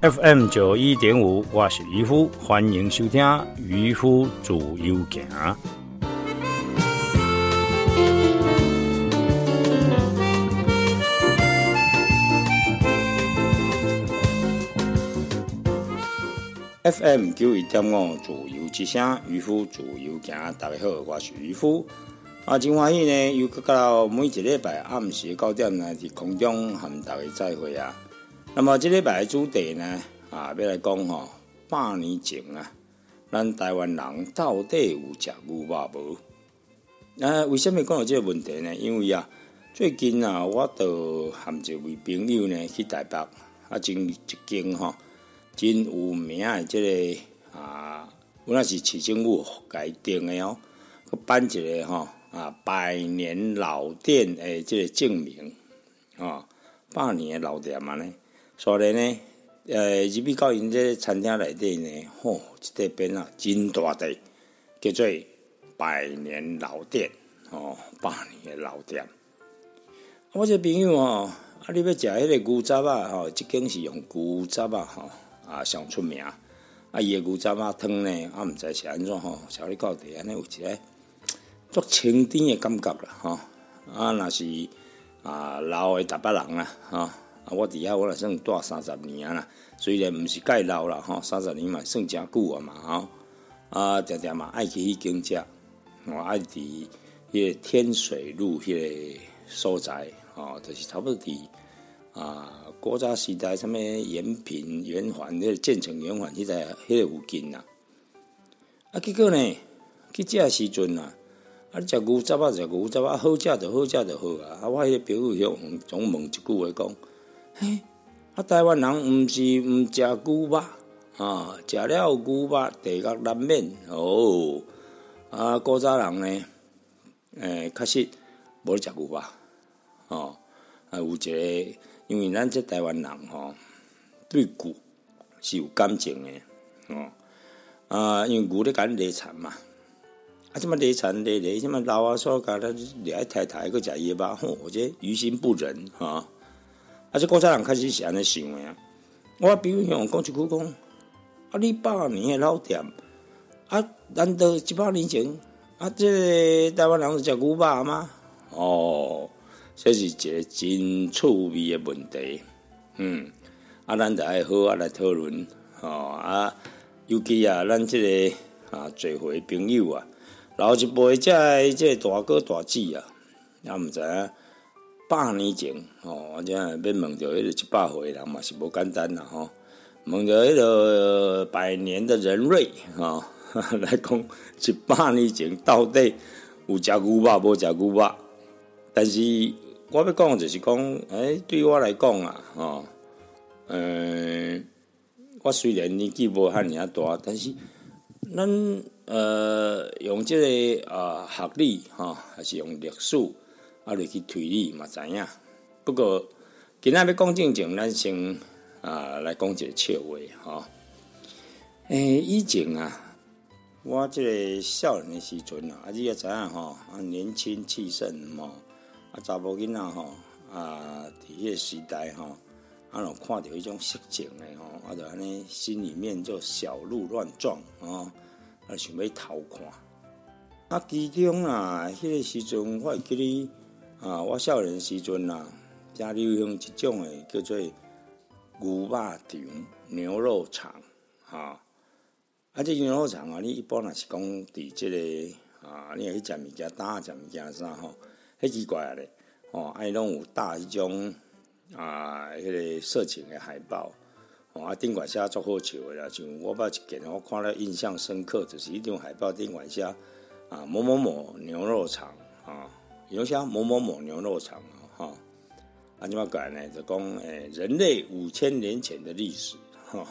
FM91.5，我是渔夫，欢迎收听渔夫自由行。FM91.5自由之声，渔夫自由行。大家好，我是渔夫。真欢喜呢，又到每一礼拜暗时9點呢，伫空中和大家再會啊。那麼這禮拜的主題呢，要來講100年前啊，咱台灣人到底有食牛肉無？為什麼講到這個問題呢？因為最近我就和一位朋友呢去台北，經一間真有名的這個有那是市政府改定的佮辦一個100年老店的這個證明100年的老店呢，所以呢，入去到因這餐廳內底呢，這個邊真大地，叫做100年老店100年的老店。我這朋友你要食迄個牛雜這間是用牛雜上出名。伊個牛雜湯呢，毋知是安怎小你到底安尼有一個足清甜的感覺啦若是老的台北人啦我佇遐我也算住30年啦，雖然毋是介老啦30年嘛算真久嘛常常嘛愛去迄間食，愛佇迄個天水路迄個所在就是差不多佇古早時代什麼延平圓環迄個建成圓環迄個附近結果呢去食時陣你食牛雜好食就好我迄個朋友總問一句話講台灣人毋是毋食牛肉食了牛肉地獄難免古早人呢確實無咧食牛肉有一個因為咱這台灣人對牛是有感情的因為牛咧甲咱犁田嘛這麼犁田犁這麼老所甲咱掠太太去食伊肉我這於心不忍這古早人開始是安尼想的我比如講一句講你100年的老店難道100年前這個台灣人是食牛肉嗎？這是一個真趣味的問題咱就愛好好來討論尤其咱這個做伙朋友老一輩這個大哥大姐也毋知影100年前我這要問到迄個100歲的人嘛是無簡單啦問到迄個100年的人瑞來講100年前到底有食牛肉無食牛肉？但是我要講就是講對我來講我雖然年紀無遐爾大，但是咱用這個學理還是用歷史來去推理嘛知影。不過今仔要講正經，咱先來講一個笑話以前我這個少年的時陣你也知影年輕氣盛查某囡仔佇迄個時代就看到迄種色情的就安尼心裡面就小鹿亂撞想要偷看其中迄個時陣我會記得我少年時陣正流行一種的叫做牛肉場牛肉場這牛肉場你一般若是講佇這個你去食物件打食物件啥很奇怪咧攏有搭迄種迄個色情的海報頂懸寫足好笑的啦，像我捌一件我看了印象深刻，就是迄張海報頂懸寫某某某牛肉場有寫某某某牛肉場這麼講呢就講人類5000年前的歷史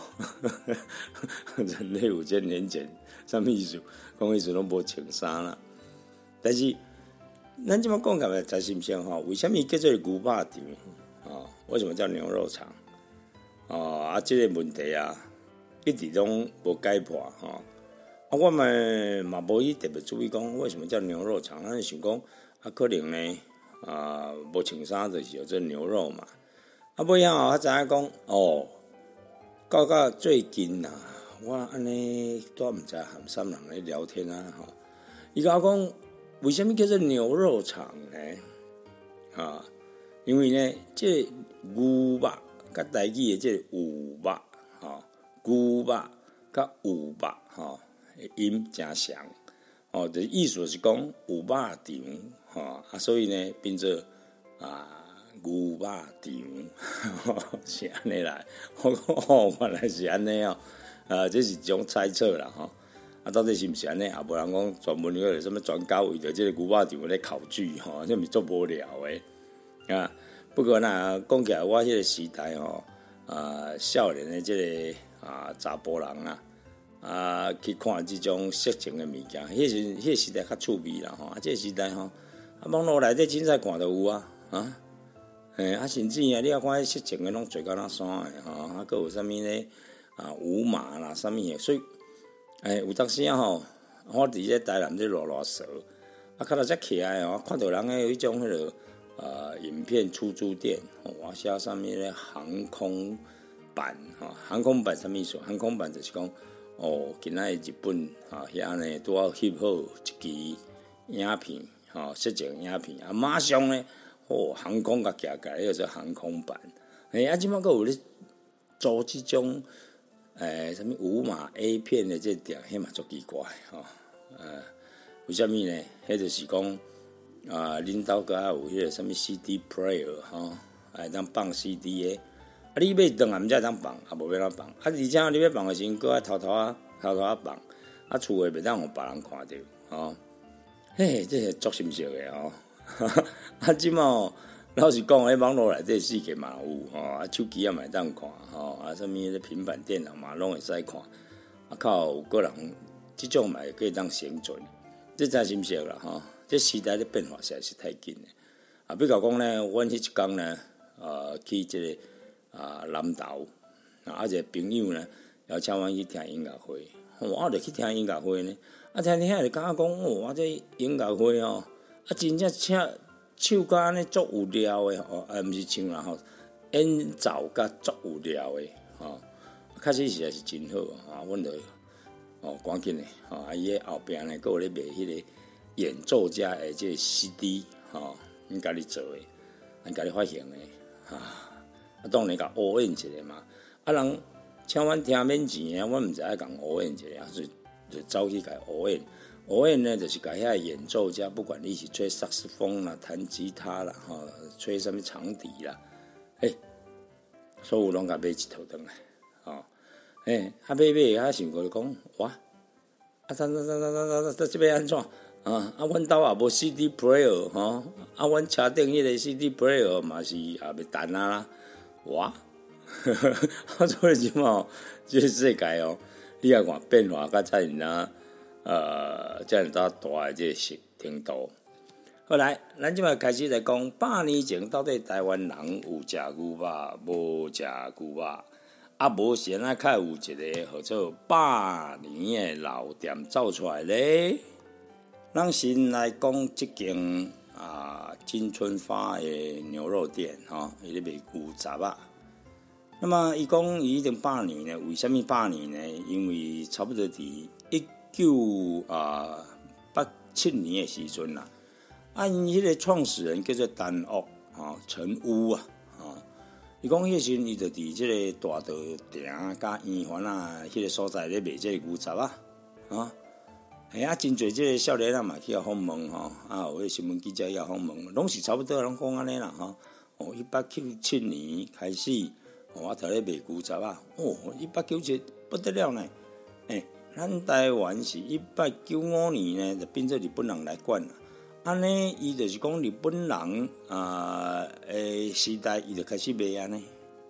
人類5000年前什麼意思？講意思攏無穿衫啦，但是咱這麼講起來才新鮮為什麼叫做牛肉場為什麼叫牛肉場這個問題一直都無解破我們嘛無去特別注意講為什麼叫牛肉場，咱想講可能呢無穿衫就是叫做牛肉嘛尾仔才知影講到最近啊，我安尼都毋知和啥人咧聊天啊，伊甲我讲，为什么叫做牛肉肠呢？因为呢，这牛肉甲台语的这有肉，牛肉甲有肉，音真像，就是意思是讲有肉肠，所以呢变做牛肉肠，是安尼来。我讲原来是安尼这是一种猜测啦，到底是毋是安尼？也无人讲专门有什么专家为着这个牛肉肠咧考据，这毋是做无聊的不过呐，讲起来，我迄个时代少年的这个查甫人去看这种色情的物件，迄个时代较趣味啦这个时代网络内底凊彩看都有甚至你要看色情的拢做到那山的还有啥物咧无码啦啥物的，所以有当时我伫这台南这啰嗦，较早才起来看到人有一种迄个影片出租店，我写上面咧航空版航空版啥物意思？航空版就是讲今仔日本遐呢拄好翕好一支影片色情影片马上呢航空甲寄过来，叫做航空版。即摆佫有咧做即种啥物无码 A 片的这店，迄嘛足奇怪为什么呢？迄就是讲恁兜佫有迄个啥物 CD player 当放 CD 的，你买断也毋知当放，也无要怎放而且你要放的时候，佫爱偷偷放，厝诶袂当互别人看到这是足心色的即摆老实讲，网络内底世界嘛有手机也嘛会当看啥物平板电脑嘛拢会使看靠有个人即种嘛会可以当生存，这真心色啦这时代的变化实在是太紧了比较讲呢，阮迄一天呢去这个南投一个朋友呢邀请阮去听音乐会，我就去听音乐会呢听就感觉讲我这音乐会真正唱甲安尼足有料的毋是唱啦演奏甲足有料的确实实在是真好阮就赶紧的伊后壁呢佫有咧卖迄个演奏家的这个 CD 因家己做的，因家己发行的当然甲乌演一下嘛人请阮听免钱的，阮毋知影共乌演一下，就走去甲乌演。乌演呢，就是甲遐演奏家，不管你是吹萨克斯风啦、弹吉他啦、吹什么长笛啦，所有拢甲买一套转来买想过讲哇，这边安怎阮兜也无 CD player 阮车顶迄个 CD player 嘛是也袂弹啦，哇，所以即嘛这个世界你也看变化甲遮尔这样大的这个程度。好来，咱即摆开始来讲，100年前到底台湾人有食牛肉，无食牛肉，无是安较有一个号做100年的老店走出来咧。咱先来讲这间金春发的牛肉店伊咧卖牛杂肉。那么伊讲伊已经100年呢，为什么100年呢？因为差不多伫1987年的时阵啦，因迄个创始人叫做陈屋伊讲迄时伊就伫即个大道埕甲圆环迄个所在咧卖即个牛杂真侪即个少年嘛去访问有迄新闻记者去访问，拢是差不多拢讲安尼啦1897年开始我头咧卖牛杂1897不得了呢咱台湾是1895年呢，就变做日本人来管啦。安尼，伊就是讲日本人时代，伊就开始卖安尼。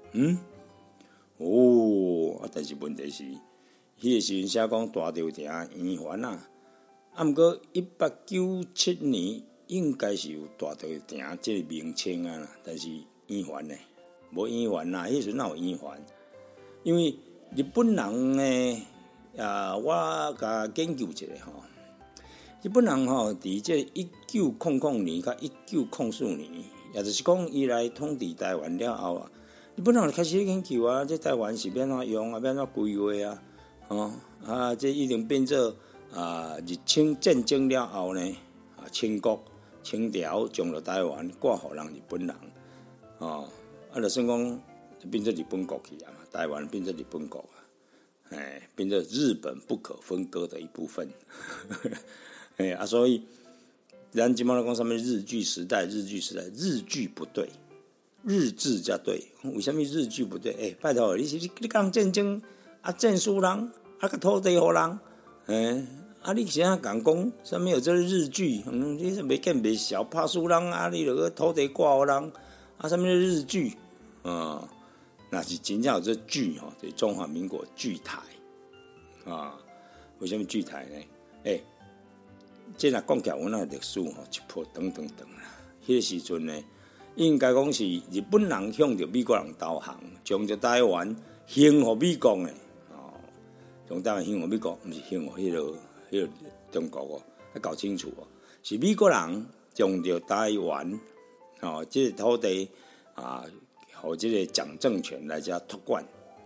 但是问题是，迄个时阵写讲大稻埕圆环毋过1897年应该是有大稻埕这个名称但是圆环呢，无圆环迄时阵哪有圆环？因为日本人呢。我甲研究一下日本人伫这1900年到1904年，也就是讲伊来统治台湾了后日本人就开始研究啊，这台湾是要怎用啊，要怎规划啊，这已经变做日清战争了后呢，清朝将了台湾挂予人日本人，就算讲变做日本国去啊嘛，台湾变做日本国啊，变做日本不可分割的一部分，所以咱今麦讲什么日据时代，日据不对，日治才对，为什么日据不对？拜托，你讲战争啊，战输人啊，个土地予人，你现在讲什么有这日据？你是袂见袂小，怕输人啊，你就个土地挂予人啊，什么日据？那是真正有这据就是中华民国据台为什么据台呢？这若讲起来，阮那历史一波等啦。迄个时阵呢，应该讲是日本人向着美国人投降，将着台湾献予美国的将台湾献予美国，毋是献予迄个中国要搞清楚是美国人将着台湾这个土地互这个蒋政权来遮托管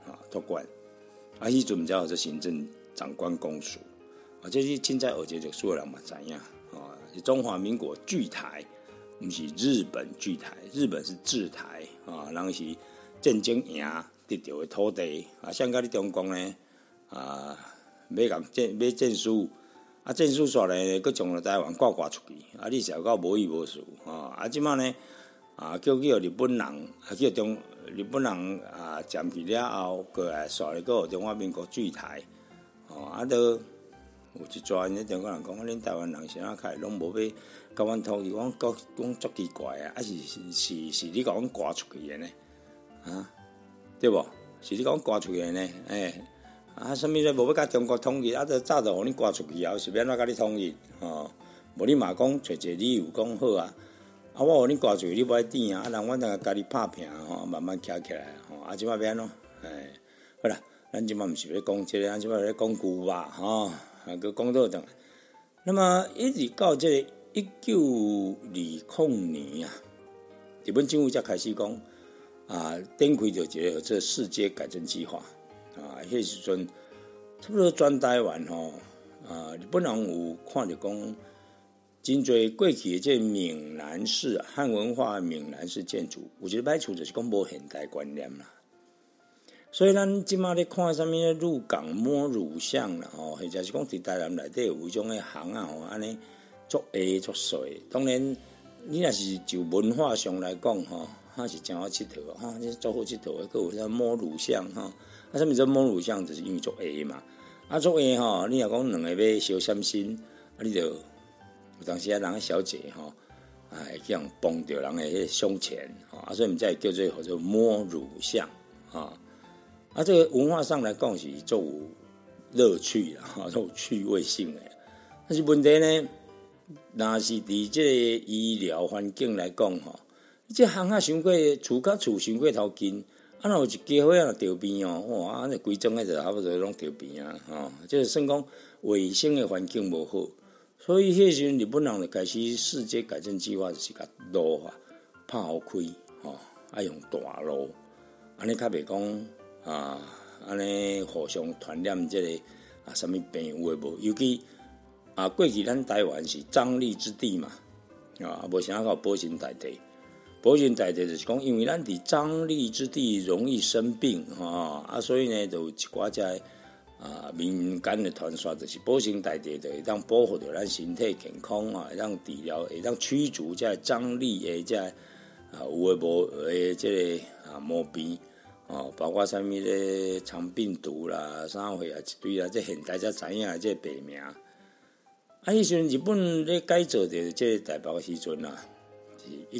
迄阵才有这行政长官公署这是凊彩学这历史的人嘛知影是中华民国据台，毋是日本据台，日本是治台人是战争赢得到的土地像甲你中国呢要战输战输煞呢，佮将了台湾挂出去你是到无依无事即摆呢叫日本人叫日本人占去了后，过来煞咧个中华民国据台都有一撮因中国人讲，恁台湾人是哪开拢无要甲阮统一，我讲足奇怪是你甲阮挂出去的呢对无？是你甲阮挂出去的呢？什么咧无要甲中国统一就早就互你挂出去是要怎甲你统一无你嘛讲找一个理由讲好我互你挂出去，你不爱顶人阮当甲你拍拼慢慢徛起来即摆要安怎？好啦，咱即摆毋是要讲这个，咱即摆要讲牛肉佮讲倒转来。那么一直到这个1920年日本政府才开始讲展开着一个这世界改正计划迄时阵差不多全台湾日本人有看着讲。真侪过去的这闽南式汉文化闽南式建筑，有一个歹处就是讲无现代观念啦。所以咱即马咧看啥物咧鹿港摸乳巷啦，或者是讲伫台南内底有一种诶巷安尼足下足水。当然，你若是就文化上来讲它是真好佚佗这足好佚佗诶，佫有啥摸乳巷啥物叫摸乳巷，就是因为足下嘛。足下你若讲两个要小三心你就。有当时人的小姐会去人碰到人的迄个胸前所以毋才会叫做摸乳巷这个文化上来讲是足有乐趣啦足有趣味性的。但是问题呢，若是伫这个医疗环境来讲这巷伤过厝甲厝伤过头近若有一家伙着病哇规整个就差不多拢着病就是算讲卫生的环境无好。所以迄时阵日本人就开始世界改正计划，就是甲路拍好开爱用大路，安尼较袂讲安尼互相传染这个什么病有诶无？尤其过去咱台湾是瘴疠之地嘛无啥有保险代替，保险代替就是讲，因为咱伫瘴疠之地容易生病所以呢，就有一寡只。民间的传说就是保险代替，就会当保护着咱身体健康会当治疗，会当驱逐这瘴疠的这有诶无诶这个毛病包括啥物咧肠病毒啦、啥货一堆这现代才知影这病名。迄时阵日本咧改造着这台北的时阵是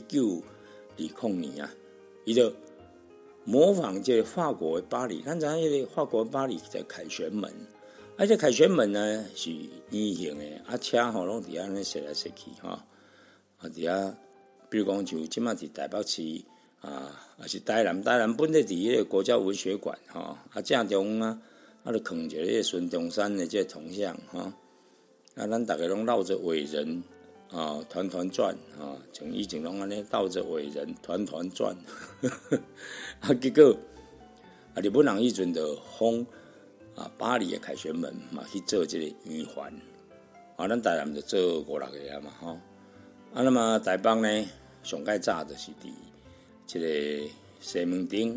1920年伊就。模仿这个法国的巴黎，咱知影迄个法国的巴黎在凯旋门，这凯旋门呢是圆形的，车拢伫安尼驶来驶去伫遐，比如讲像即马伫台北市也是台南本地伫迄个国家文学馆正中就放一个孙中山的这个铜像咱大家拢绕着伟人团团转像以前拢安尼倒着伟人团团转，结果日本人迄阵就封巴黎的凯旋门嘛去做这个圆环，咱台南就做5、6个嘛那么台北呢，上盖早就是伫这个西门町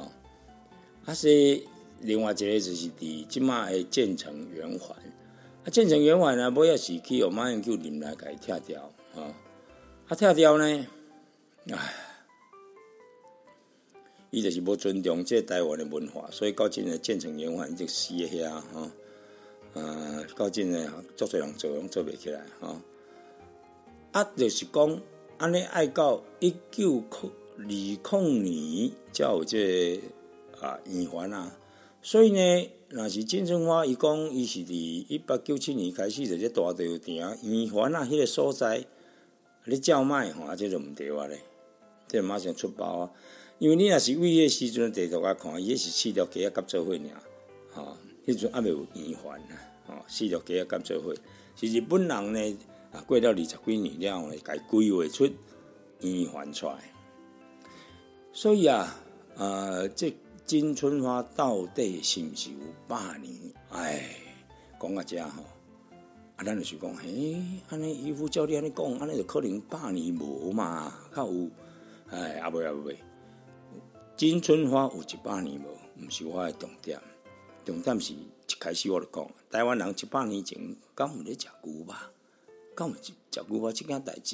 是另外一个就是伫即马的建成圆环。建成圆环尾仔是去马英九林来甲伊拆掉拆掉呢，伊就是无尊重这台湾的文化，所以到今日建成圆环一直死遐到今日足侪人做拢做袂起来就是讲安尼爱到1920年才有这圆环所以呢，若是金正花伊讲伊是伫1897年开始就这大稻埕圆环迄个所在，你照卖这就毋对咧，这马上出包因为你若是为迄时阵地图看，伊是4条街合作伙尔迄阵还未有圆环4条街合作伙，是日本人呢过了20几年了后，甲伊规划出圆环出来，所以这金春花到底是毋是有100年？讲到这咱就是讲，安尼渔夫照你安尼讲，安尼就可能100年无嘛，较有，袂。金春花有100年无，毋是我的重点，重点是一开始我就讲，台湾人100年前敢有咧食牛肉，敢有食牛肉这件代志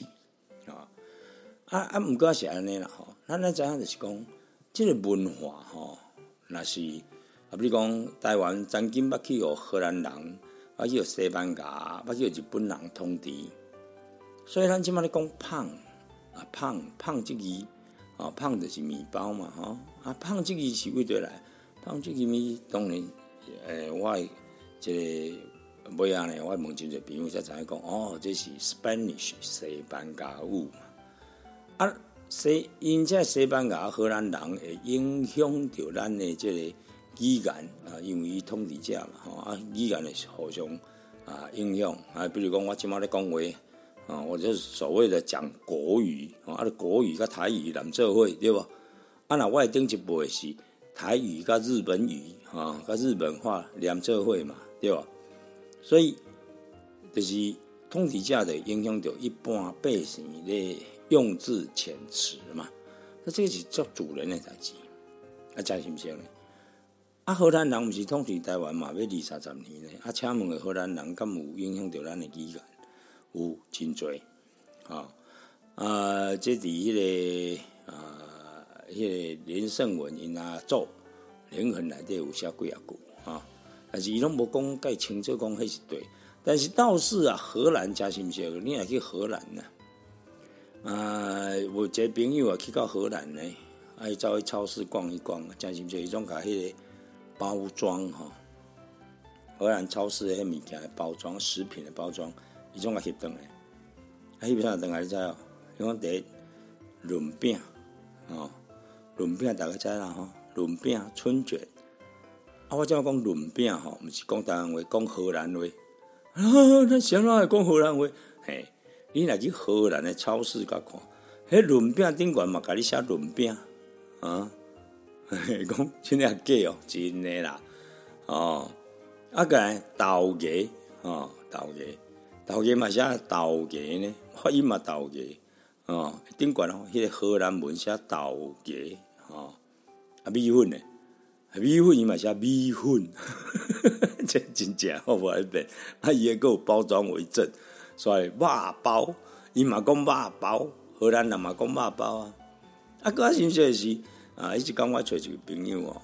毋过是安尼啦咱知影就是讲，这个文化若是比如讲台湾曾经捌去互荷兰人，捌去互西班牙，捌去互日本人统治，所以咱即摆咧讲胖这字胖就是面包嘛胖这字是为倒来？胖这字咪当然我这个尾仔呢，我问一个朋友才知影讲这是 Spanish 西班牙语因这西班牙荷兰人会影响到咱的这个语言因为伊统治者嘛语言会互相影响比如讲我即摆咧讲话我就是所谓的讲国语国语甲台语连做伙对无若我顶一辈是台语甲日本语甲日本话连做伙嘛对无所以就是统治者的影响到一般百姓咧用字遣词嘛，这个是足自然的代志，真是毋是呢？荷兰人毋是统治台湾嘛，要20-30年呢。请问的荷兰人敢有影响到咱的语言？有真多这伫迄个连胜文因祖连横内底有写几啊句但是伊拢无讲介清楚讲迄是对，但是倒是荷兰真是毋是？你若去荷兰有一个朋友去到荷兰呢，伊走去超市逛一逛，真是毋是？伊总甲迄个包装荷兰超市的迄物件的包装，食品的包装，伊总甲翕转来，翕啥转来？你知伊讲第一润饼润饼大家知啦润饼春卷我怎讲润饼毋是讲台湾话，讲荷兰话咱谁会讲荷兰话？你若去荷兰的超市甲看，迄润饼顶悬嘛，甲你写润饼讲真诶假真诶啦个豆芽豆芽嘛写豆芽呢，发音嘛豆芽顶悬迄个荷兰文写豆芽米粉呢，米粉伊嘛写米粉，这真正好无一变伊个有包装为证。所以肉包，伊嘛讲肉包，荷兰人嘛讲肉包个真实是迄一天我找一个朋友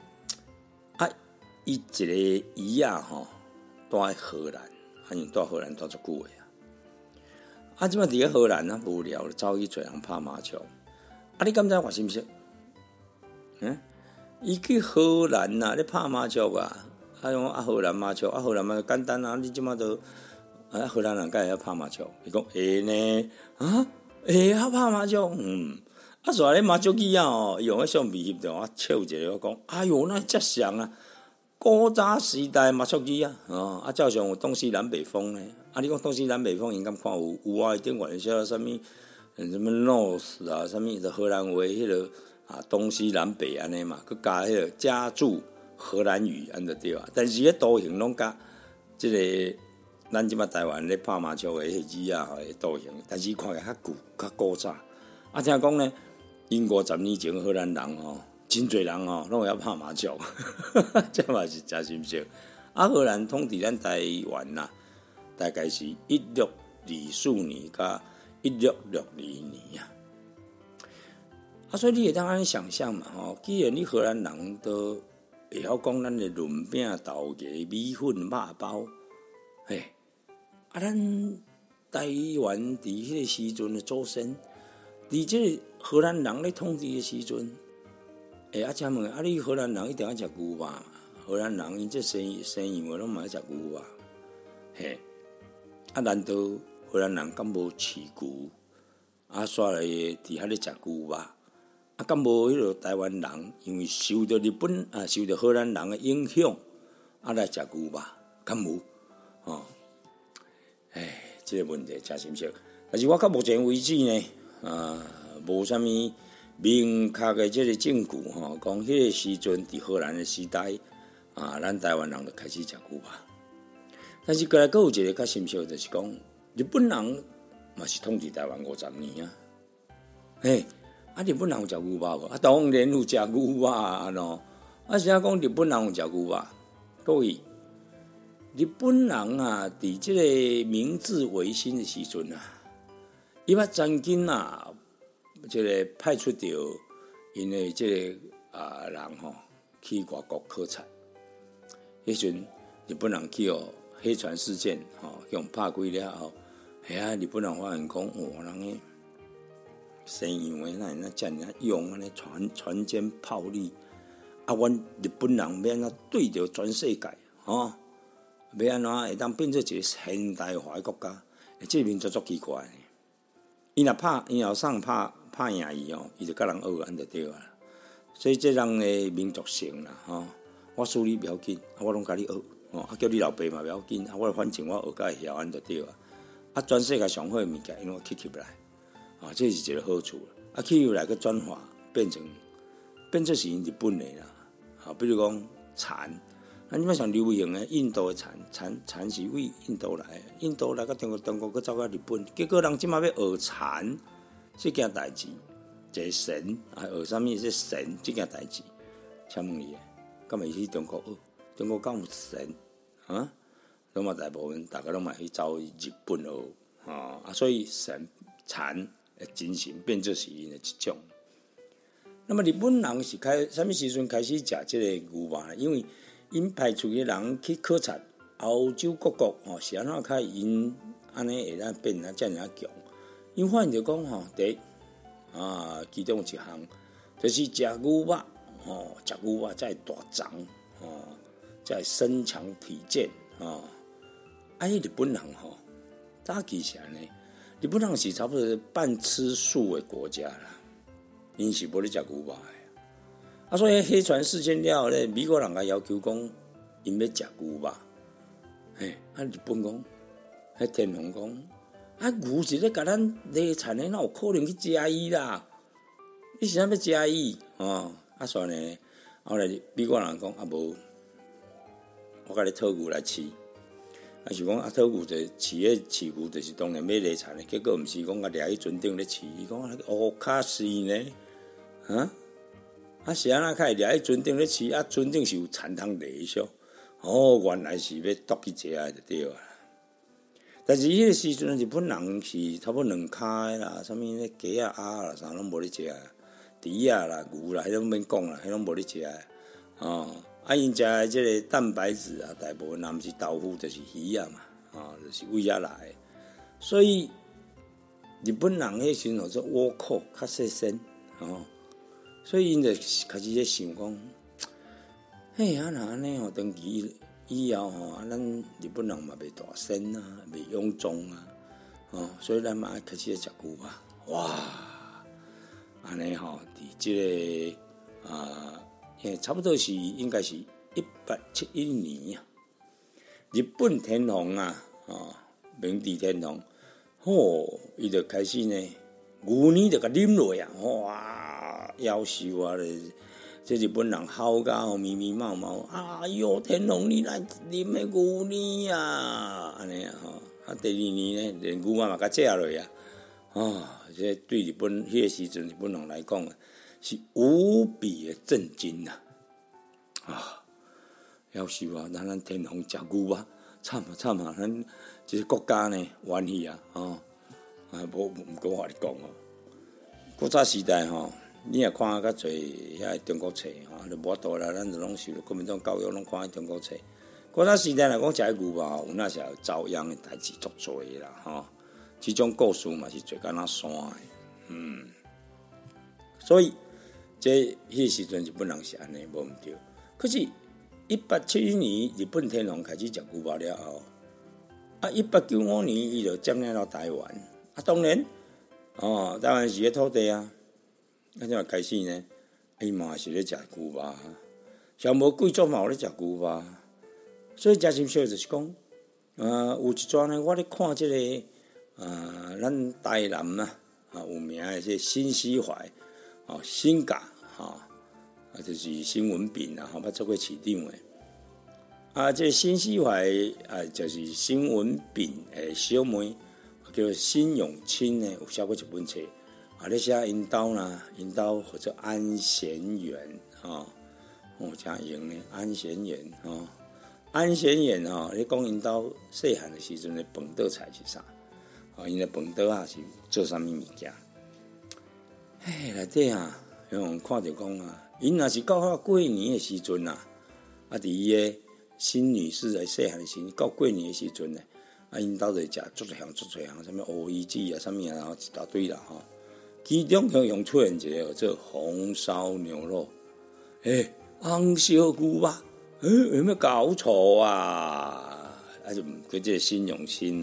伊一个姨住在荷兰，因住荷兰住足久的即摆伫咧荷兰无聊，走去找人拍麻将你敢知发生啥？伊去荷兰咧拍麻将荷兰麻将荷兰嘛简单你即摆都。荷兰人敢会晓拍麻将？伊讲会呢会晓拍麻将所以咧麻将机用迄橡皮翕着我笑一个，我讲哎哟那遮像古早时代嘛属于啊，照常有东西南北风呢。你讲东西南北风，应该看有啊，顶管些什么什么 north 啊，什么的荷兰话迄个东西南北安尼嘛，佮加迄个加注荷兰语安就对啊。但是迄图形拢加即个咱即马台湾咧拍麻雀的迄字的图形，但是看起来较旧较古早。听讲呢，英国10年前荷兰人真侪人拢会晓拍麻将，这嘛是真心实。荷兰统治咱台湾大概是1624年到1662年所以你会当安尼想象嘛既然你荷兰人都会晓讲咱的润饼、豆芽、米粉、肉包，咱台湾伫迄个时阵的祖先，伫即个荷兰人咧统治的时阵。请问你荷兰人一定要食牛肉嘛？荷兰人因这西洋的拢嘛要食牛肉，难道荷兰人敢无饲牛？煞来伫遐咧食牛肉？敢无迄个台湾人因为受到日本受到荷兰人的影响，来食牛肉？敢无？这个问题真深刻。但是我到目前为止呢，无啥物明确的这个证据讲迄个时阵伫荷兰的时代咱台湾人就开始食牛肉。但是过来还有一个较深刻，就是讲日本人嘛是统治台湾50年日本人有食牛肉无？当然有食牛肉是讲日本人有食牛肉？各位，日本人伫这个明治维新的时阵伊捌曾经这个派出着因为这个人去外国考察，迄阵日本人去黑船事件用拍几了后，日本人发现讲人的西洋的那遮尔用安尼船坚炮利阮日本人要安怎对着全世界要安怎会当变做一个现代化的国家？这个民族足奇怪的，伊后送拍赢伊伊就甲人学安就对啊。所以这人的民族性啦我输你不要紧，我拢甲你学叫你老爸嘛不要紧，我反正我学甲会晓安就对啊。全世界上好的物件，因为吸来这是一个好处吸来个转化变成是日本的啦比如讲蚕。咱即摆上流行的印度的蚕是为印度来到中国去走到日本，结果人即摆要学蚕这件代志，一个神学啥物？这神这件代志，请问你，敢会去中国学？中国敢有神拢嘛大部分大家拢嘛去走日本学所以蚕的精神变做是因的一种。那么日本人是什么时阵开始食这个牛肉呢？因为因派出的人去考察欧洲各国是安怎较因安尼会当变遮尔强？因发现着讲第一其中一项就是食牛肉食牛肉才会大肠才会身强体健日本人早期是安尼，日本人是差不多半吃素的国家啦，因是无咧食牛肉的。所以黑船事件了后咧，美国人也要求讲，因要食牛肉。日本讲，天皇讲，牛是咧甲咱犁产的，哪有可能去食伊啦？你是安要食伊？所以呢，后来美国人讲无，我甲你讨牛来饲。是讲讨牛就饲牛，就是当然要犁产的，结果毋是讲掠去船顶咧饲，伊讲卡死呢？是安怎较会掠去船顶咧饲？船顶是有田通犁上，原来是要夺去食就对啊。但是迄个时阵，日本人是差不多2骹啦，啥物咧鸡鸭啦，啥拢无咧食，猪啊啦、牛啦，迄拢免讲啦，迄拢无咧食因食的即个蛋白质大部分毋是豆腐，就是鱼嘛，就是胃来的。所以日本人迄时阵做倭寇较细身所以因就开始咧想讲，安尼长期以后咱日本人嘛袂大身袂臃肿所以咱嘛开始咧食牛肉。哇，安尼伫即个差不多是应该是 1871年啊，日本天皇啊，明治天皇，伊就开始呢，牛奶就甲啉落啊，哇，夭寿啊咧！这日本人吼甲咪咪毛毛，哎哟，天皇你来啉的牛奶啊，安尼啊第二年呢，连牛仔嘛甲食落啊，这对日本迄个时阵日本人来讲是无比的震惊夭寿啊！咱天皇食牛啊，惨啊！咱这个国家呢，冤去无过我你讲古早时代你也看较侪遐中国册就无多啦，咱就拢受国民党教育，拢看中国册。古早时代来讲，食牛有那些遭殃的代志足多啦这种故事嘛是最敢若山的，所以这迄时阵日本人是安尼无毋对。可是1871年日本天皇开始食牛肉了后，1895年伊就占领了台湾当然台湾是个土地怎么开始呢？伊嘛是咧食牛肉，上无贵族嘛有咧食牛肉，所以真心说就是讲，有一阵呢，我咧看这个咱台南有名的这新西怀新甲就是新闻饼捌做过市长的这新西怀就是新闻饼的小妹叫辛永清呢，有写过一本册。咧写因兜或者安贤园真用呢安贤园安贤园咧讲因兜细汉的时阵的饭桌菜是啥？因的饭桌是做啥物物件？内底用看着讲因若是到过年的时阵伫伊的新女士的细汉的时阵，到过年的时阵呢，因兜就食足多项，啥物乌鱼子啥物然后一大堆啦其中用出现一个叫做红烧牛肉，红烧牛肉，有没有搞错啊？就佢这辛永清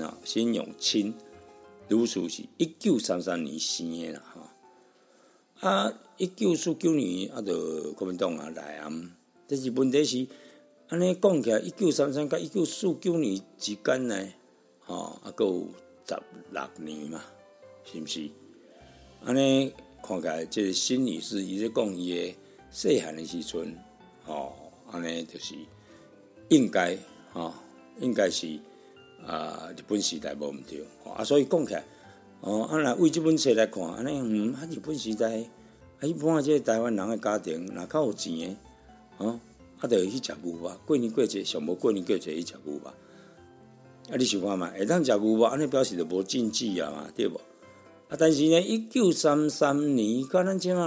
女士是1933年生的啦1949年就国民党来但是问题是安尼讲起来，1933到1949年之间呢，还有16年嘛，是不是？安尼看起来，这个新女士伊咧讲伊的细汉的时阵，安尼就是应该是日本时代无毋对所以讲起来，若为这本册来看，安尼日本时代，一般这台湾人的家庭，若较有钱的，就会去食牛肉，过年过节上无过年过节去食牛肉，你想看嘛？会当食牛肉，安尼表示就无禁忌嘛，对无？但是呢，1933年到咱即马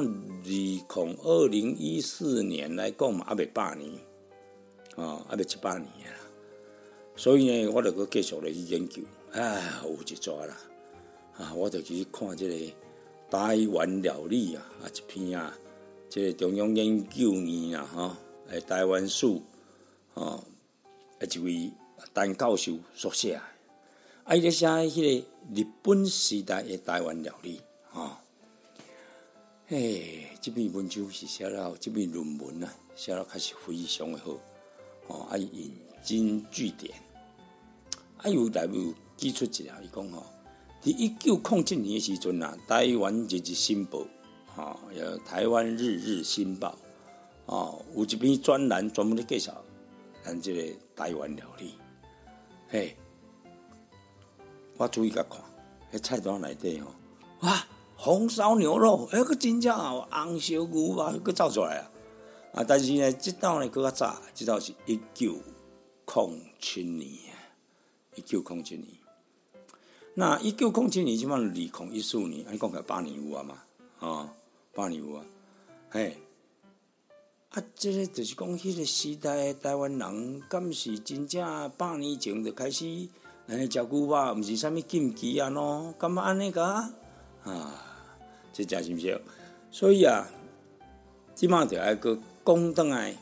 2014年来讲嘛，还未100年，还未100年啦。所以呢，我就搁继续来去研究，有一撮啦，我就去看这个台湾料理一篇这个中央研究院台湾史一位陈教授所写。伊咧写迄个日本时代的台湾料理这篇文章是写了，这篇论文写了开始非常的好引经据典有内有指出一下，伊讲伫1907年的时阵台湾日日新报台湾日新报有一篇专栏专门咧介绍咱这个台湾料理我注意甲看，迄菜单内底哇，红烧牛肉，佫真正红烧牛肉佫走出来但是呢，这道呢佫较早，这道是1907年1907年。那1907年即满2014年，你讲起来8年有嘛？8年有这个就是讲，迄个时代台湾人，敢是真正8年前就开始食牛肉，毋是啥物禁忌喏？敢安尼个这真是毋是？所以即马就爱个讲倒来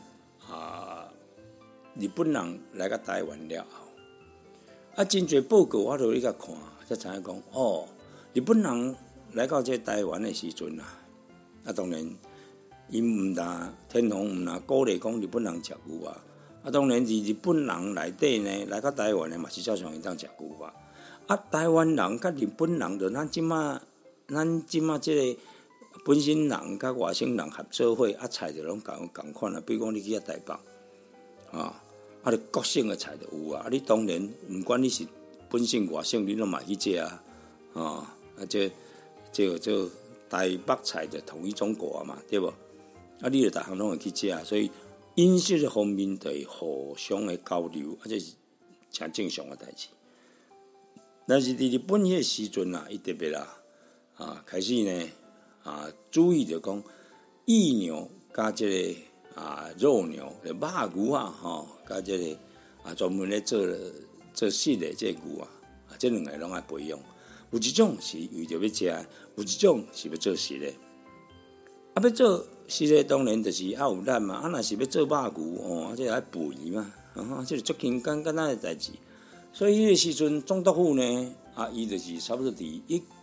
日本人来到台湾了后，真侪报告我都咧甲看，才知影讲日本人来到这台湾的时阵当然。因天皇毋若鼓励讲日本人食牛当然伫日本人内底呢，来到台湾的嘛是照常会当食牛肉。台湾人甲日本人就咱即马即个本省人甲外省人合作伙，菜就拢共款啊。比如讲你去台北，你各省的菜就有啊。你当然毋管你是本省外省，你拢嘛去食啊。这台北菜就统一中国嘛，对无？你就逐项拢会去食，所以饮食的方面就会互相的交流，这是诚正常的代志。但是伫日本迄个时阵伊特别开始呢注意着讲意牛加这个肉牛的肉牛加这个专门咧做食的这个牛这两个拢爱培养。有一种是为着要食，有一种是要做食的。要做食的当然就是有力嘛。若是要做肉牛这爱肥嘛，这是足简单的代志。所以迄个时阵，总督府呢伊就是差不多伫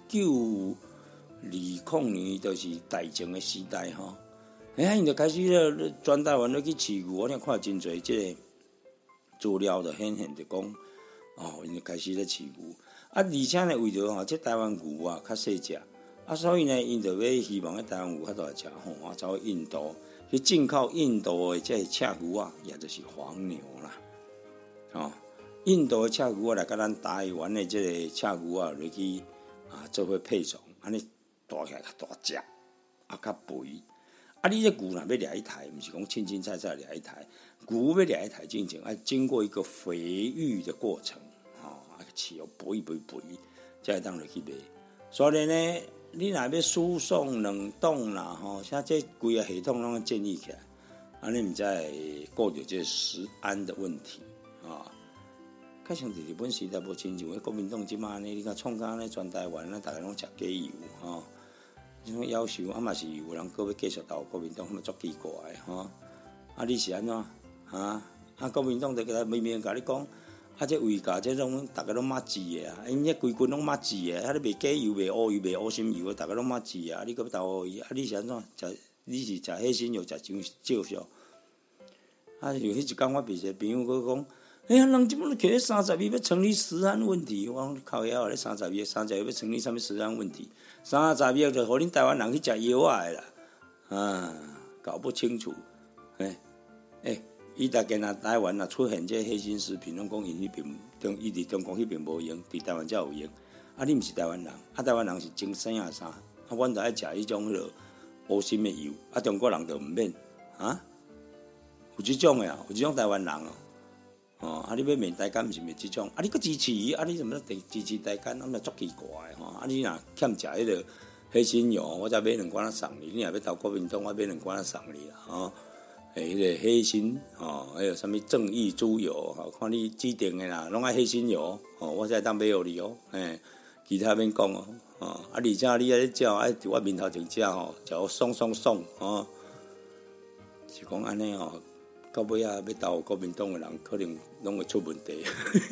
1920年，就是大正的时代因就开始了全台湾咧去饲牛，我看真侪即个资料就显现着讲因就开始咧饲牛。而且呢，为着这台湾牛较细只，所以呢，因就要希望台湾牛较大只走去印度去进口印度的这赤牛也就是黄牛啦，印度的赤牛来甲咱台湾的这个赤牛落去做伙配种，安尼大起来较大只，较肥。你这牛若要掠一台，毋是讲清清菜菜掠一台，牛要掠一台进前，要经过一个肥育的过程。饲肥，才会当落去卖。所以呢，你若要输送冷冻啦，像这规个系统拢建立起来，安尼毋才会顾着这食安的问题较像伫日本时代无亲像国民党即马呢，你看创甲呢全台湾，大家拢食鸡油这种要求嘛是有人搁要继续投国民党，足奇怪你是安怎国民党就给明明甲你讲。这胃价这种大家拢捌治的因这规群拢捌治的，你卖鸡油、卖乌油、卖乌心油，大家拢捌治你搁要投伊你是安怎？你是食黑心油，食上少少。有迄一天我别个朋友搁讲，人即本都摕30亿要成立食安问题，我讲靠腰咧30亿要成立啥物食安问题？30亿就互恁台湾人去食药的啦，搞不清楚，伊大家台湾出现这黑心食品，拢讲伊伫中国迄边无用，伫台湾才有用。你毋是台湾人，台湾人是种生啊啥？阮就爱食迄种乌心的油，中国人就毋免有即种的有即种台湾人你要卖台干，毋是卖即种？你搁支持伊？你怎么支持台干？那足奇怪你若欠食迄个黑心油，我才买2罐送你。你若要投国民党，我买2罐送你啦迄个黑心还有啥物正义猪油看你指定的啦，拢爱黑心油我才当买互你其他免讲而且你咧食爱伫我面头前食食爽爽爽是讲安尼到尾要投国民党的人，可能拢会出问题。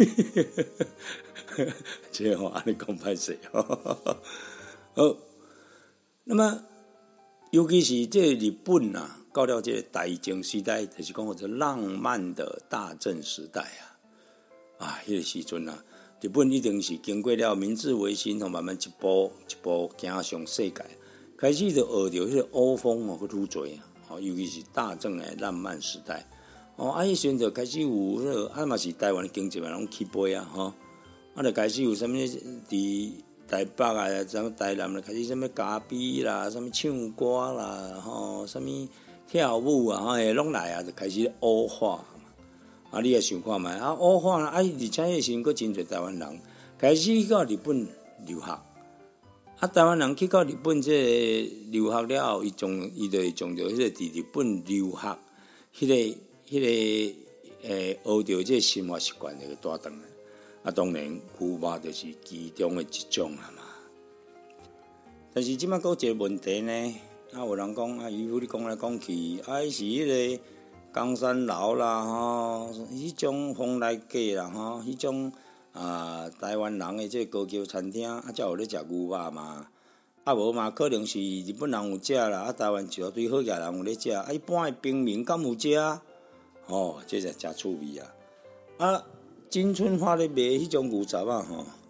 这安尼讲歹势好，那么尤其是这日本到了这个大正时代，就是讲这浪漫的大正时代迄个时阵日本一定是经过了明治维新慢慢一步一步走上世界，开始就学着迄个欧风愈多尤其是大正的浪漫时代迄时阵就开始有迄个嘛是台湾的经济嘛拢起飞就开始有啥物伫台北台南就开始啥物咖啡啦，啥物唱歌啦啥物跳舞拢来就开始欧化嘛。你也想看觅欧化而且迄时阵真侪台湾人开始去到日本留学。台湾人去到日本这留学了后，伊就会从着迄个伫日本留学迄个学着这生活习惯就会带转来。当然牛肉就是其中的一种嘛。但是即摆还有一个问题呢，有人讲渔夫你讲来讲去，是迄个冈山楼啦迄种风来鸡啦迄种台湾人的这高级餐厅才有咧食牛肉嘛。无嘛，可能是日本人有食啦，台湾一大堆好野人有咧食。一般的平民敢有食这才真趣味啊！啊，真春花咧卖迄种牛杂啊，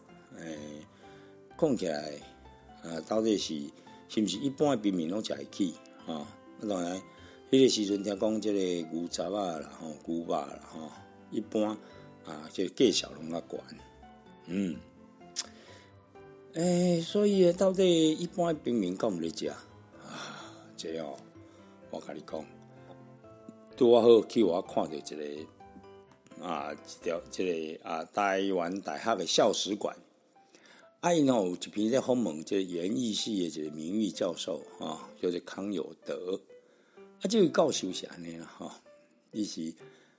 讲起来到底是毋是一般的平民拢食会起？当然，迄个时阵听讲即个牛杂啊啦，牛肉啦，一般这个价小拢较悬，所以到底一般的平民敢有咧食这我甲你讲，拄啊好去我看到一条台湾大学的校史馆，因有一篇在访问这个园艺系的一个名誉教授叫做康有德，这位教授是安尼啦伊是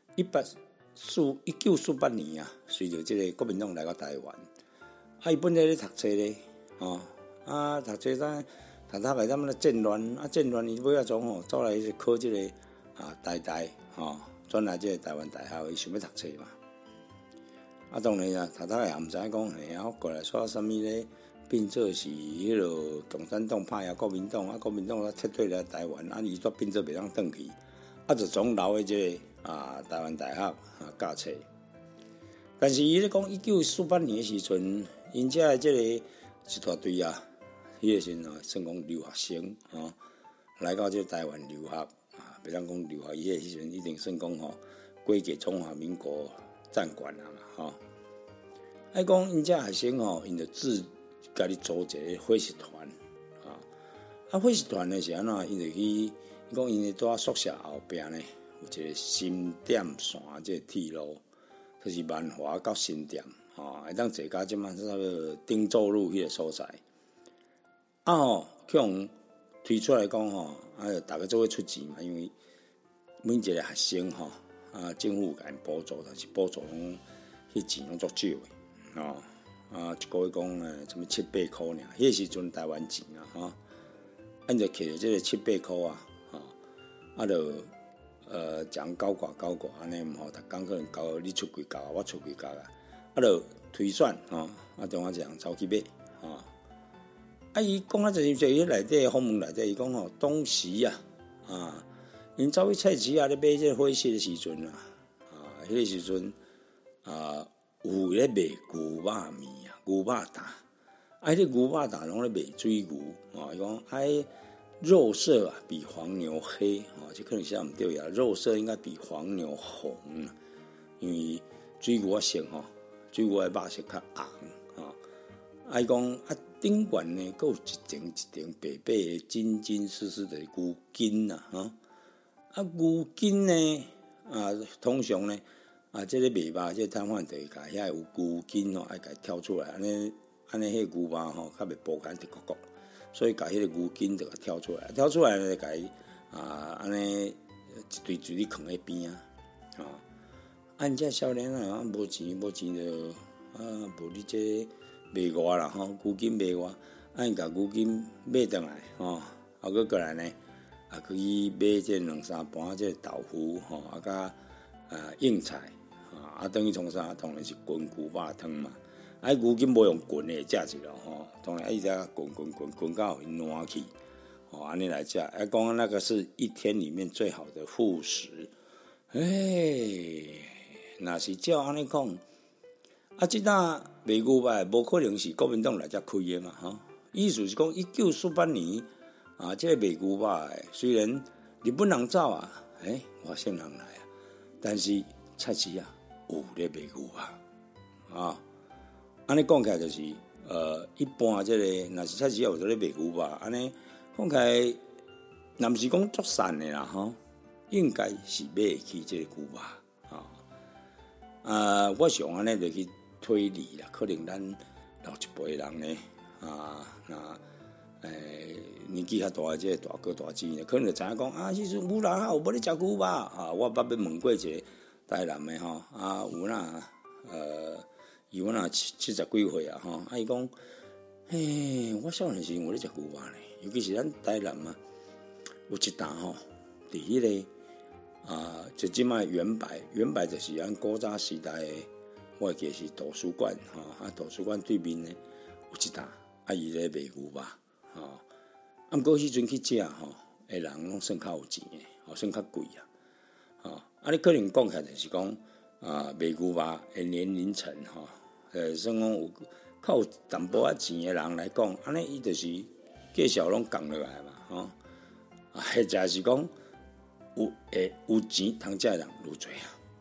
1948年随着这个国民党来到台湾，伊本来咧读册咧，读册读个咱们咧战乱，战乱伊尾仔从走来是考这个台转来这个台湾大学，伊想要读册嘛。当然读也毋知影讲过来说啥物咧，变做是迄落共产党派国民党，国民党撤退来台湾，伊煞变做袂当转去，就总留喺这个台湾大学教册。但是伊咧讲1948年的时阵，因遮这个一大堆迄个时阵算讲留学生来到这个台湾留学袂当讲留学，伊迄时阵一定算讲过继中华民国战管嘛讲因遮学生因就家己组一个伙食团伙食团呢是安怎？因就去，伊讲因伫宿舍后壁呢有一个新店线这个铁路，就是万华到新店会当坐到即满差不多汀州路迄个所在去用推出来讲大家做伙出钱嘛，因为每一个学生政府甲因补助，但是补助拢迄钱拢足少的一个月讲什么7-8块尔，迄个时阵台湾钱因就摕着这个7-8块就讲9寡安尼逐工可能交你出几交我出几交就推算中华一人走去买伊讲就是在伊内底访问内底，伊讲当时因走去菜市咧买这个伙食的时阵迄个时阵有咧卖牛肉面牛肉担迄个牛肉担拢咧卖水牛伊讲肉色比黄牛黑这可能是毋对肉色应该比黄牛红因为水牛色水牛的肉色较红伊讲顶悬呢，佫有一层白白的金金丝丝的牛筋牛筋呢通常呢这个卖肉这个摊贩就会甲遐有牛筋爱甲挑出来，安尼迄个牛肉较袂剥干直骨骨，所以甲迄个牛筋就甲挑出来呢，甲伊安尼一堆一堆放喺边因遮少年无钱就无你这卖我啦牛筋卖我，因甲牛筋买倒来佫过来呢去买这2-3盘这豆腐甲硬菜等于从啥？当然是滚牛肉汤嘛。牛筋无用滚的食一咯当然伊只滚到因烂去安尼来食。讲那个是一天里面最好的副食。若是照安尼讲。即搭卖牛肉无可能是国民党来遮开的嘛意思是讲1948年这个卖牛肉的虽然日本人走外省人来但是菜市有咧卖牛肉安尼讲起来就是一般这个若是菜市有咧卖牛肉安尼讲起来，若毋是讲足散的啦应该是买得起这个牛肉我想安尼就去推理啦，可能咱老一辈人呢，年纪较大的这个大哥大姐呢，可能就知影讲迄阵有人有无咧食牛肉我捌要问过一个台南的有伊70几岁伊讲，我少年时有咧食牛肉呢，尤其是咱台南有一搭伫迄个就即卖原白就是咱古早时代的。我会记是图书馆图书馆对面呢有一搭伊咧卖牛肉毋过迄阵去食的人拢算较有钱的算较贵你可能讲起来就是讲卖牛肉的年龄层算讲有较有淡薄仔钱的人来讲，安尼伊就是继续拢降落来嘛或者是讲有钱通食的人愈侪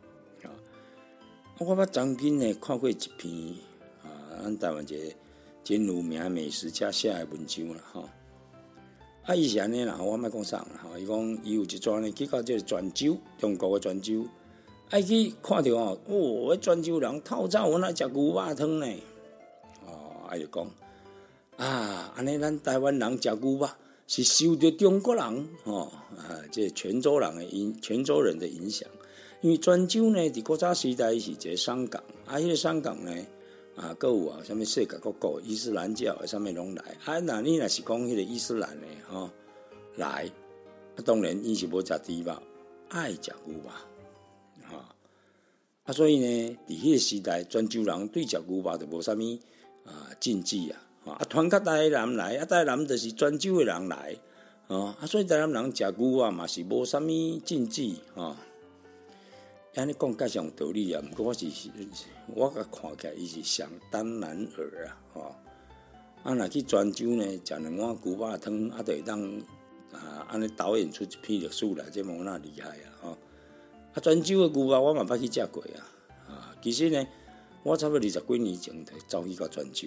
我捌曾经呢看过一篇咱台湾一个真有名美食家写的文章啦伊是安尼啦，我莫讲啥啦伊讲伊有一转呢去到这个泉州，中国的泉州，去看到迄泉州人透早原来食牛肉汤呢，就讲安尼咱台湾人食牛肉是受到中国人这泉州人的影响，因为泉州呢伫古早时代是一个商港，迄个商港呢还有什么世界各国伊斯兰教什么拢来那你若是讲迄个伊斯兰的来当然伊是无食猪肉，爱食牛肉所以呢伫迄个时代泉州人对食牛肉就无啥物禁忌团较台南来台南就是泉州的人来所以台南人食牛肉嘛是无啥物禁忌安尼讲介上有道理毋过我甲看起来伊是想当然尔若去泉州呢食2碗牛肉汤就会当安尼导演出一篇历史来，这无那厉害泉州的牛肉我嘛捌去食过其实呢我差不多20几年前就走去到泉州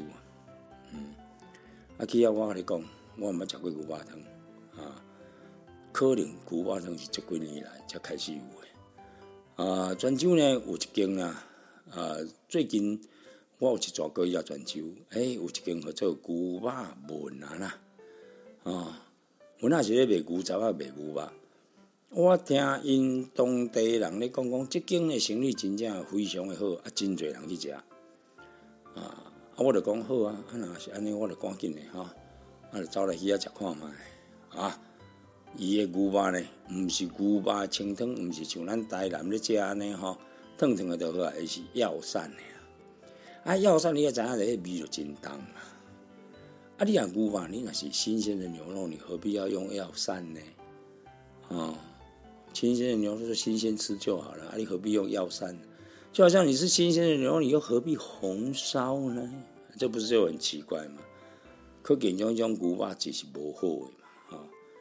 去我甲你讲我毋捌食过牛肉汤可能牛肉汤是10几年来才开始有的泉州呢有一间最近我有一逝过去泉州有一间叫做牛肉文文是咧卖牛杂卖牛肉我听因当地人咧讲这间的生意真正非常的好真侪人去食我就讲好若是安尼我就赶紧的就走来去食看卖伊的牛肉呢毋是牛肉清汤，毋是像咱台南咧食安尼烫烫的就好伊是药膳的药膳你也知影这味就真重你牛肉你若是新鲜的牛肉，你何必要用药膳呢新鲜的牛肉就新鲜吃就好了你何必用药膳？就好像你是新鲜的牛肉，你又何必红烧呢？这不是就很奇怪吗？可见种牛肉质是无好的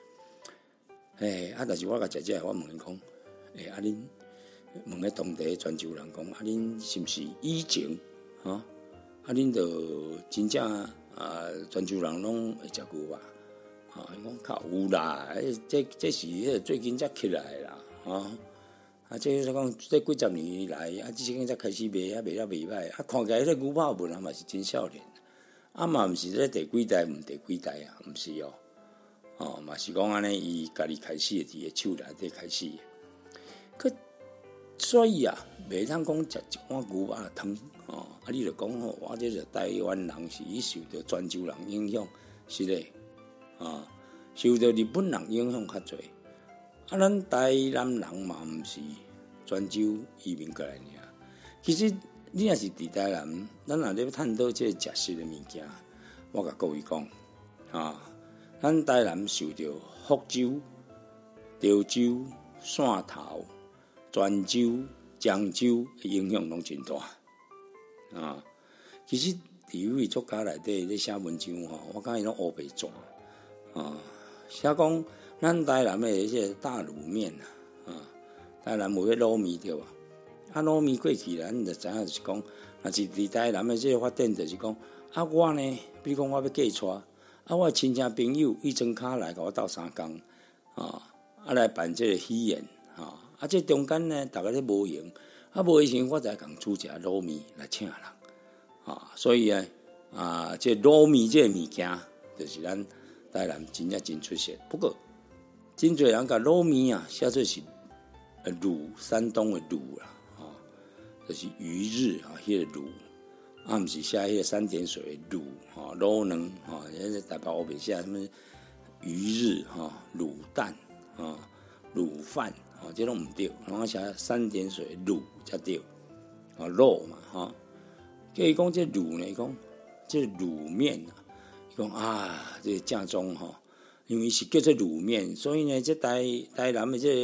嘛但是我甲食我问伊讲恁问个当地泉州人讲恁是毋是以前恁就真正泉州人拢会食牛肉伊讲较有啦这是最近才起来啦这是讲这几十年来这间才开始卖卖了袂歹看起来这牛肉文嘛是真少年嘛毋是这第几代第几代毋是嘛是讲安尼伊家己开始伫个手内底开始可所以袂通讲食一碗牛肉汤你就讲我这是台湾人是受到泉州人影响是咧受到日本人影响较侪咱台南人嘛毋是泉州移民过来其实你若是伫台南咱若咧探讨这食食的物件我甲各位讲咱台南受到福州、潮州、汕头、泉州、漳州的影响拢真大其实伫位作家内底咧写文章我感觉拢乌白纸写讲咱台南的迄个大卤面台南有迄卤面对吧卤面过去咱就知影就是讲若是伫台南的这个发展就是讲我呢比如讲我要嫁娶我亲戚朋友伊装卡来甲我斗3工来办这个喜宴这中间呢大家咧无闲无闲时我才共煮一下卤面来请人所以这卤面这个物件就是咱台南真正真出色不过真侪人甲卤面写做是卤山东的卤就是鱼日迄个卤毋是写迄个3点水的卤卤卵台北黑白写什么鱼日卤蛋卤饭这拢毋对然后写3点水的卤才对肉嘛叫伊讲这卤呢讲这卤面伊讲这正宗因为是叫做卤面所以呢这台南的这个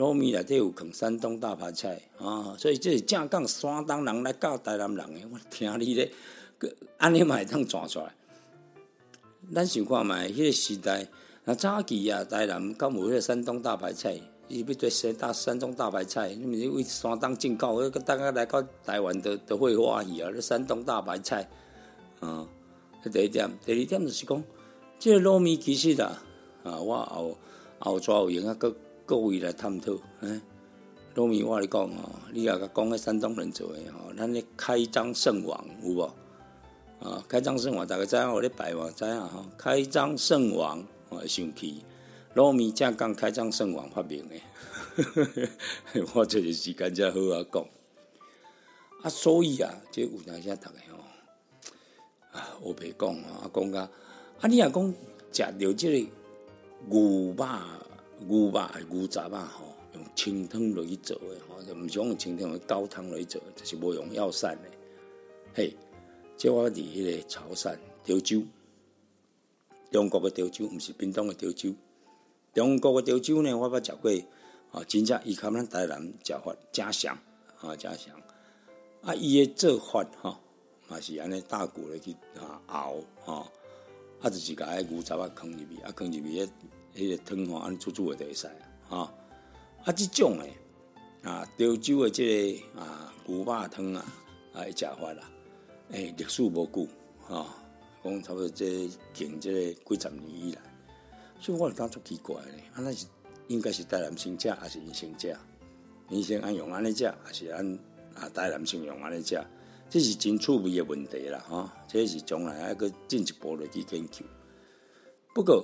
糯米内底有放山东大白菜啊，所以这是正讲山东人来教台南人的。我听你咧，安尼嘛会当传出来。咱想看觅迄个时代，那早期啊，台南敢有迄个山东大白菜？伊要对山东大白菜，你们为山东进口，大家来到台湾都会欢喜啊！那山东大白菜，这第一点，第二点就是讲，这个糯米其实我后续有闲各位来探讨。糯米我跟你讲你也甲讲迄山东人做的咱咧开张圣王有无？开张圣王大家知影有咧拜嘛？知影开张圣王会生气。糯米正讲开张圣王发明的，我这个时间才好讲。所以这有当时大家我白讲讲甲你若讲食到这个牛杂用清汤落去做的就毋是用清汤用高汤落去做，就是无用药膳的。嘿，这我伫迄个潮汕潮州，中国的潮州，毋是屏东的潮州。中国的潮州呢，我捌食过，真正伊较咱台南食法真像，真像。伊的做法嘛是安尼大骨来去熬，就是甲迄牛杂放入去，放入去迄个汤安煮的就会使即种的潮州的这个牛肉汤的食法历史无久讲差不多这近这几十年以来。所以我感觉足奇怪咧，那是应该是台南先食，还是因先食？因先安用安尼食，还是台南先用安尼食？这是真趣味的问题啦，这是将来还佫进一步落去研究。不过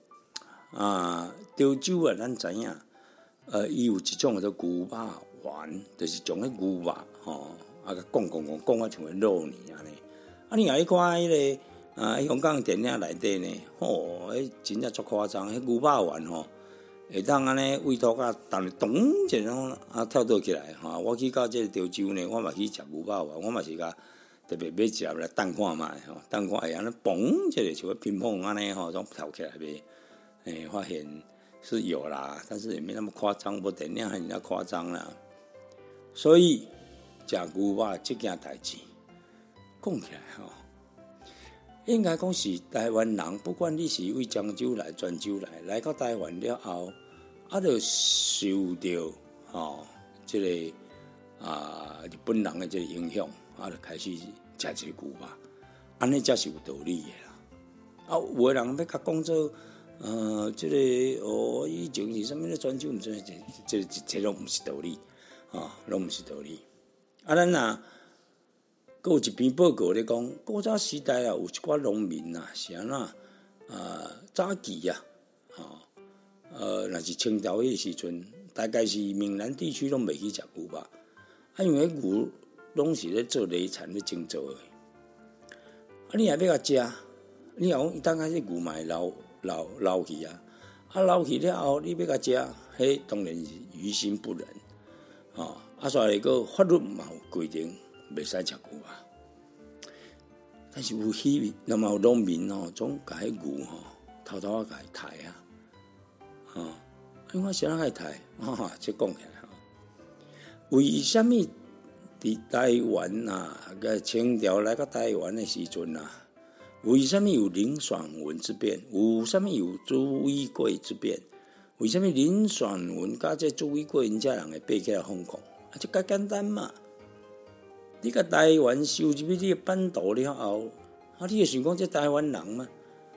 潮州咱知影，伊有一种叫牛肉丸，就是将迄牛肉讲啊像个肉泥安尼。你若去看迄个。香港电影内底呢，迄真正足夸张，迄牛肉丸会当安尼胃肚甲咚一下跳倒起来我去到这个潮州呢，我嘛去食牛肉丸，我嘛是甲特别要食来等看觅等看会安尼嘣一下像个乒乓安尼种跳起来袂，发现是有啦，但是也没那么夸张，无电影遐尔夸张啦。所以食牛肉这件代志讲起来应该讲是台湾人，不管你是为漳州来、泉州来到台湾了后，就受到这个日本人的这个影响，就开始食这个牛肉，安尼才是有道理的啦。有的人要甲讲做这个以前是啥物咧泉州，毋知这拢毋是道理拢毋是道理。咱佫有一篇报告咧讲，古早时代有一寡农民是安早期若是清朝迄个时阵，大概是闽南地区拢袂去食牛肉，因为牛拢是咧做犁产咧种做的。你若要甲食，你若讲伊当开始牛嘛会老去老去了后，你要甲食，迄当然是于心不忍所以个法律嘛有规定。袂使食牛肉，但是有希那么有农民总甲迄牛偷偷甲伊杀因为谁甲伊杀这讲起来为什么伫台湾个清朝来到台湾的时阵为什么有林爽文之变？为什么有朱一贵之变？为什么林爽文甲这朱一贵因遮人会爬起来反抗？就介简单嘛。你甲台湾收入去你的版图了后，你就想讲这台湾人嘛？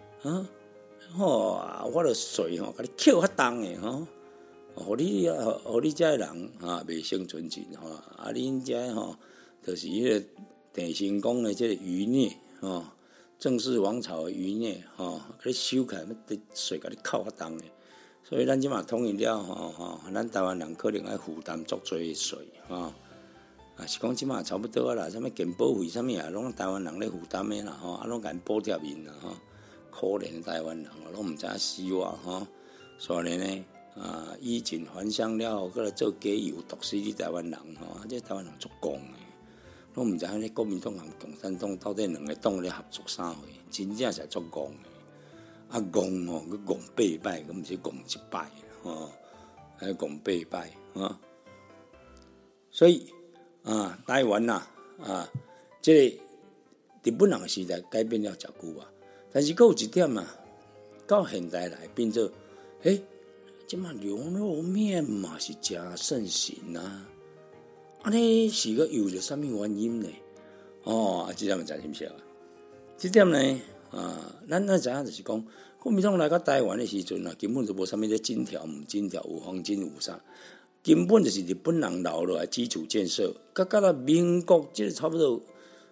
我著税甲你扣较重的互你遮人袂生存钱恁遮就是迄个郑成功的这个余孽郑氏王朝的余孽甲你收起来，税甲你扣较重的，所以咱即马统一了咱台湾人可能要负担足多的税是讲即马差不多啦，啥物健保费啥物拢台湾人咧负担的啦拢甲因补贴因啦可怜的台湾人拢毋知影死活所以呢衣锦还乡了后，过来做假油毒死你台湾人这台湾人足戆的，拢毋知影咧国民党和共产党到底两个党咧合作啥货，真正是足戆的戆去戆8摆，毋是戆1摆还有讲拜拜啊。所以台湾这个日本人时代改变了食牛肉，但是还有一点到现代来变做，即马牛肉面嘛是真盛行啊，安尼是个有着什么原因呢？这点真深刻啊！这点呢，咱知影就是讲，国民党来到台湾的时阵根本就无啥物咧金条唔金条，有黄金有啥，根本就是日本人留落来基础建设。到民国即差不多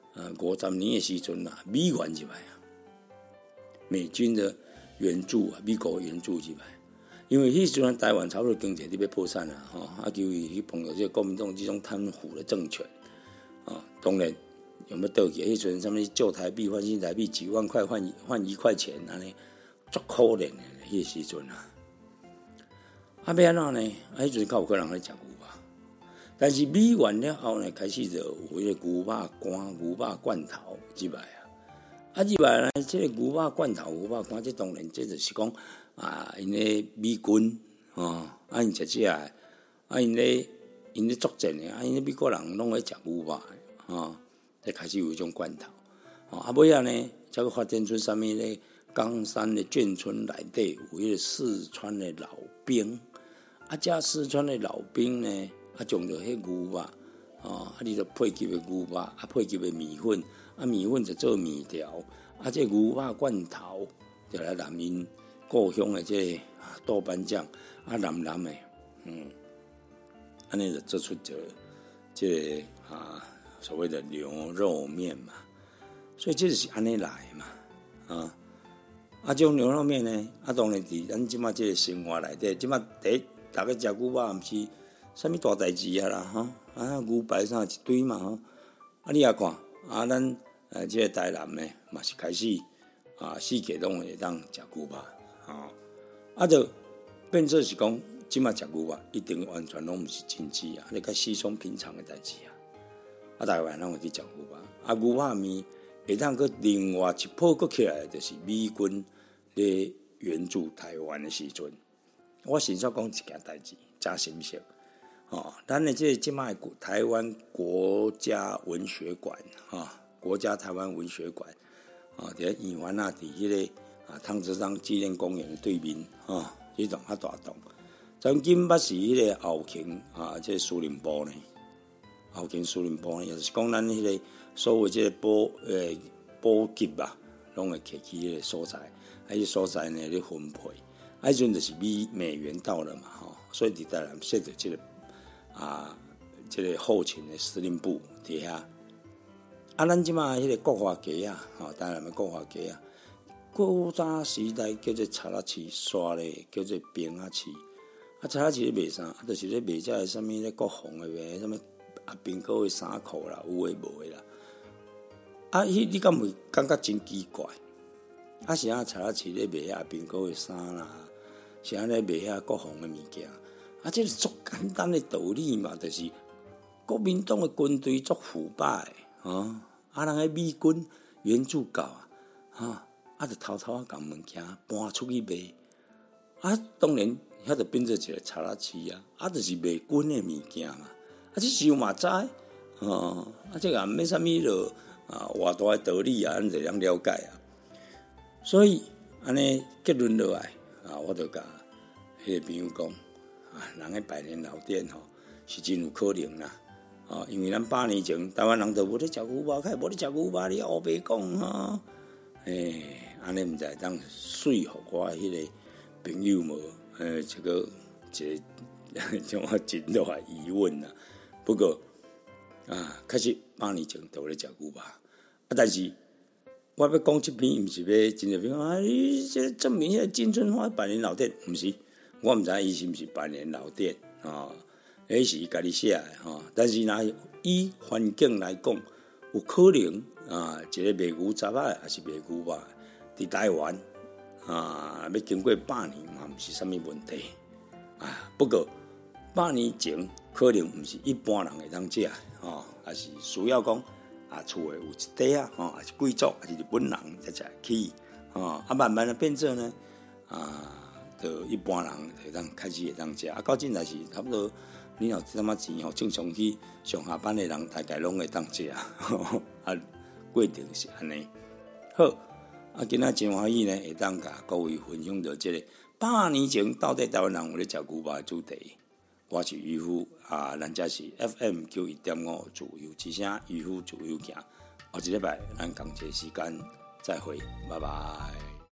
50年的时阵美援入来美军的援助美国援助入来，因为迄时阵台湾差不多经济都要破产就去碰到这个国民党这种贪腐的政权当然。有没有倒去？迄阵什么旧台币换新台币几万块换1块钱安尼，足可怜的迄时阵要安怎呢？迄阵较有可能咧食牛肉，但是美援了后呢，开始就有迄个牛肉干、牛肉罐头入来入来呢，这个牛肉罐头、牛肉干，这当然这就是讲因咧美军因食这个因咧作战的因咧美国人拢会食牛肉才开始有一种罐头尾呢，才会发展出什么咧？冈山的眷村内底有迄个四川的老兵这四川的老兵呢将着迄牛肉你就配给的牛肉配给的米粉米粉就做面条这牛肉罐头就来南因故乡的这个豆瓣酱蓝蓝的安尼就做出这个所谓的牛肉面嘛，所以这就是安尼来嘛这种牛肉面呢当然伫咱即马这个生活内底，即马大家食牛肉毋是啥物大代志啦牛排啥一堆嘛你也看咱这个台南呢嘛是开始四界拢会当食牛肉就变做是讲即马食牛肉一定完全拢毋是禁忌你较稀松平常的代志台湾人会去食牛肉牛肉面会当去另外一波搁起来，就是美军咧援助台湾的时阵，我先说讲一件代志，真深刻咱的即摆台湾国家文学馆国家台湾文学馆伫圆环伫迄个汤泽章纪念公园的对面迄栋大栋，曾经捌是迄个后勤这个司令部呢。后勤司令部也是讲咱迄个所谓这个补给拢会摕去迄个所在，迄个所在呢咧分配，迄阵就是美元到了嘛所以伫台南设置这个这个后勤的司令部底下咱即马迄个国华街台南的国华街古早时代叫做查拉市，刷咧叫做平仔市查拉市咧卖啥就是咧卖这什么咧国防的卖什么兵哥的衫裤啦，有诶无诶啦。你敢会感觉真奇怪？是查拉市咧卖兵哥的衫啦，是咧卖国防的物件。这是足简单的道理嘛，就是国民党的军队足腐败人迄美军援助到就偷偷将物件搬出去卖。当然，遐就变做一个查拉市就是卖军的物件嘛。这是嘛知这个没啥物了偌大的道理咱就能了解所以安尼结论落来我就甲迄个朋友讲人的百年老店是真有可能啦因为咱100年前台湾人就无咧食牛肉，较无咧食牛肉，你黑白讲安尼毋知当说服我迄个朋友无这个让我真大疑问啦。不过确实100年前都咧食牛肉但是我要讲这篇，毋是要真正讲你这证明迄个金春花百年老店，毋是，我毋知伊是毋是百年老店迄是伊家己写的但是若以环境来讲，有可能一个卖牛杂仔还是卖牛肉，伫台湾要经过100年嘛，毋是啥物问题不过100年前可能毋是一般人会当食还是需要讲厝诶有一块还是贵族还是日本人才食起慢慢的变做呢就一般人会当开始会当食，到现在是差不多，你若这么钱正常去上下班的人大概拢会当食过程是安尼。好，今仔真欢喜呢，会当甲各位分享到这个100年前到底台湾人有咧食牛肉的主题。我是渔夫咱这是 FM 91.5自由之声，渔夫自由行。下一礼拜咱同一时间再会，拜拜。